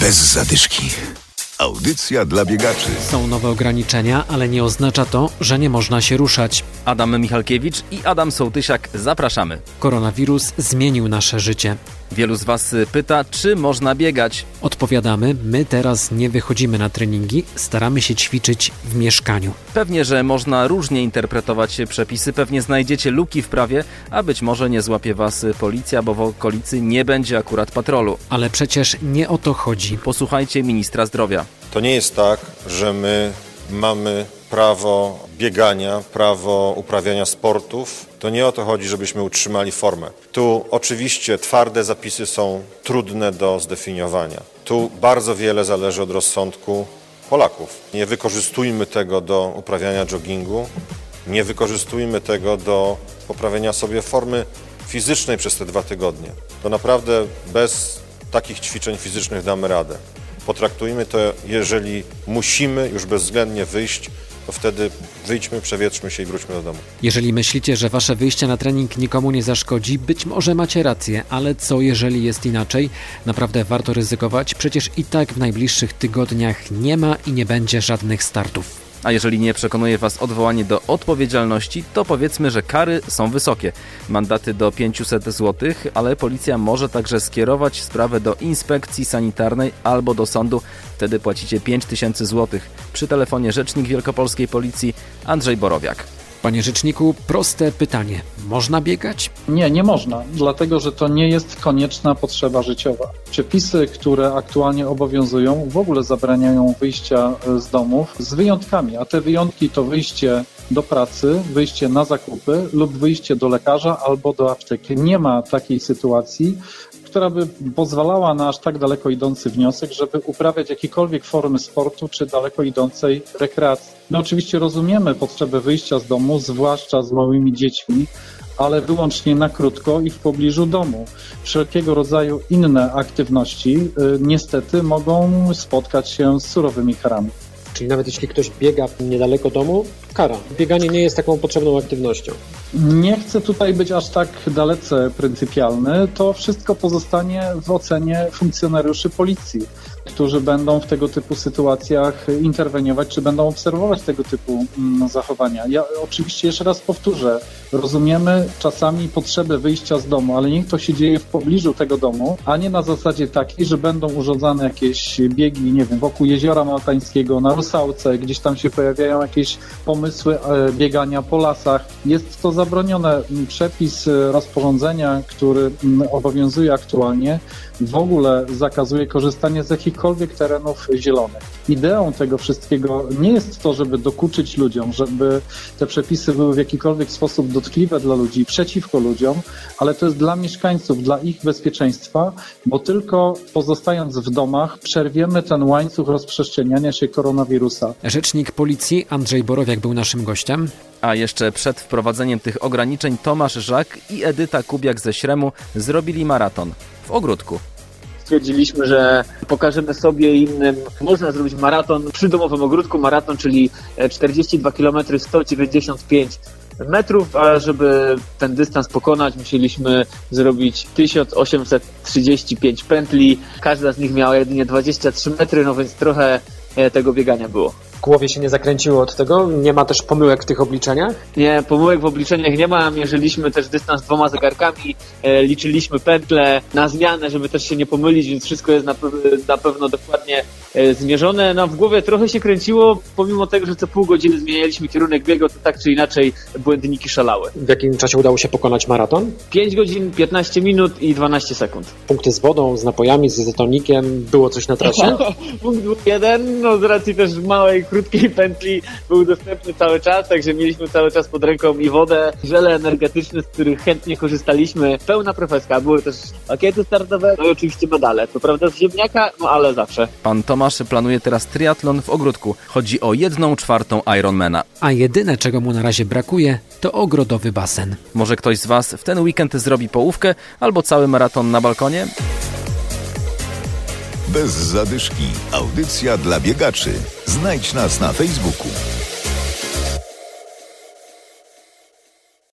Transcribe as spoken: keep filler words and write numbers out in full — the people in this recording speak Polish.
Bez zadyszki. Audycja dla biegaczy. Są nowe ograniczenia, ale nie oznacza to, że nie można się ruszać. Adam Michalkiewicz i Adam Sołtysiak, zapraszamy. Koronawirus zmienił nasze życie. Wielu z Was pyta, czy można biegać. Odpowiadamy, my teraz nie wychodzimy na treningi, staramy się ćwiczyć w mieszkaniu. Pewnie, że można różnie interpretować przepisy, pewnie znajdziecie luki w prawie, a być może nie złapie Was policja, bo w okolicy nie będzie akurat patrolu. Ale przecież nie o to chodzi. Posłuchajcie ministra zdrowia. To nie jest tak, że my mamy prawo biegania, prawo uprawiania sportów. To nie o to chodzi, żebyśmy utrzymali formę. Tu oczywiście twarde zapisy są trudne do zdefiniowania. Tu bardzo wiele zależy od rozsądku Polaków. Nie wykorzystujmy tego do uprawiania joggingu, nie wykorzystujmy tego do poprawienia sobie formy fizycznej przez te dwa tygodnie. To naprawdę bez takich ćwiczeń fizycznych damy radę. Potraktujmy to, jeżeli musimy już bezwzględnie wyjść, to wtedy wyjdźmy, przewietrzmy się i wróćmy do domu. Jeżeli myślicie, że wasze wyjście na trening nikomu nie zaszkodzi, być może macie rację, ale co jeżeli jest inaczej? Naprawdę warto ryzykować, przecież i tak w najbliższych tygodniach nie ma i nie będzie żadnych startów. A jeżeli nie przekonuje Was odwołanie do odpowiedzialności, to powiedzmy, że kary są wysokie. Mandaty do pięćset złotych, ale policja może także skierować sprawę do inspekcji sanitarnej albo do sądu. Wtedy płacicie pięć tysięcy złotych. Przy telefonie rzecznik wielkopolskiej policji Andrzej Borowiak. Panie rzeczniku, proste pytanie. Można biegać? Nie, nie można, dlatego że to nie jest konieczna potrzeba życiowa. Przepisy, które aktualnie obowiązują, w ogóle zabraniają wyjścia z domów z wyjątkami, a te wyjątki to wyjście do pracy, wyjście na zakupy lub wyjście do lekarza albo do apteki. Nie ma takiej sytuacji, która by pozwalała na aż tak daleko idący wniosek, żeby uprawiać jakiekolwiek formy sportu czy daleko idącej rekreacji. My oczywiście rozumiemy potrzebę wyjścia z domu, zwłaszcza z małymi dziećmi, ale wyłącznie na krótko i w pobliżu domu. Wszelkiego rodzaju inne aktywności y, niestety mogą spotkać się z surowymi karami. Czyli nawet jeśli ktoś biega niedaleko domu, kara. Bieganie nie jest taką potrzebną aktywnością. Nie chcę tutaj być aż tak dalece pryncypialny. To wszystko pozostanie w ocenie funkcjonariuszy policji, którzy będą w tego typu sytuacjach interweniować, czy będą obserwować tego typu zachowania. Ja oczywiście jeszcze raz powtórzę, rozumiemy czasami potrzebę wyjścia z domu, ale niech to się dzieje w pobliżu tego domu, a nie na zasadzie takiej, że będą urządzane jakieś biegi, nie wiem, wokół Jeziora Maltańskiego, na Rusałce, gdzieś tam się pojawiają jakieś pomysły biegania po lasach. Jest to zabronione. Przepis rozporządzenia, który obowiązuje aktualnie, w ogóle zakazuje korzystania z jakichkolwiek terenów zielonych. Ideą tego wszystkiego nie jest to, żeby dokuczyć ludziom, żeby te przepisy były w jakikolwiek sposób dotkliwe dla ludzi, przeciwko ludziom, ale to jest dla mieszkańców, dla ich bezpieczeństwa, bo tylko pozostając w domach przerwiemy ten łańcuch rozprzestrzeniania się koronawirusa. Rzecznik policji Andrzej Borowiak był naszym gościem. A jeszcze przed wprowadzeniem tych ograniczeń Tomasz Żak i Edyta Kubiak ze Śremu zrobili maraton w ogródku. Stwierdziliśmy, że pokażemy sobie i innym. Można zrobić maraton przy domowym ogródku, maraton, czyli czterdzieści dwa kilometry, sto dziewięćdziesiąt pięć metrów, a żeby ten dystans pokonać, musieliśmy zrobić tysiąc osiemset trzydzieści pięć pętli. Każda z nich miała jedynie dwadzieścia trzy metry, no więc trochę tego biegania było. W głowie się nie zakręciło od tego? Nie ma też pomyłek w tych obliczeniach? Nie, pomyłek w obliczeniach nie ma. Mierzyliśmy też dystans dwoma zegarkami, e, liczyliśmy pętle na zmianę, żeby też się nie pomylić, więc wszystko jest na, pe- na pewno dokładnie e, zmierzone. No w głowie trochę się kręciło, pomimo tego, że co pół godziny zmienialiśmy kierunek biegu, to tak czy inaczej błędniki szalały. W jakim czasie udało się pokonać maraton? pięć godzin, piętnaście minut i dwanaście sekund. Punkty z wodą, z napojami, z izotonikiem. Było coś na trasie? Punkt był jeden, no z racji też małej krótkiej pętli był dostępny cały czas, także mieliśmy cały czas pod ręką i wodę, żele energetyczne, z których chętnie korzystaliśmy. Pełna profeska, były też pakiety startowe, no i oczywiście medale. To prawda z ziemniaka, no ale zawsze. Pan Tomasz planuje teraz triatlon w ogródku. Chodzi o jedną czwartą Ironmana. A jedyne, czego mu na razie brakuje, to ogrodowy basen. Może ktoś z Was w ten weekend zrobi połówkę albo cały maraton na balkonie? Bez zadyszki. Audycja dla biegaczy. Znajdź nas na Facebooku.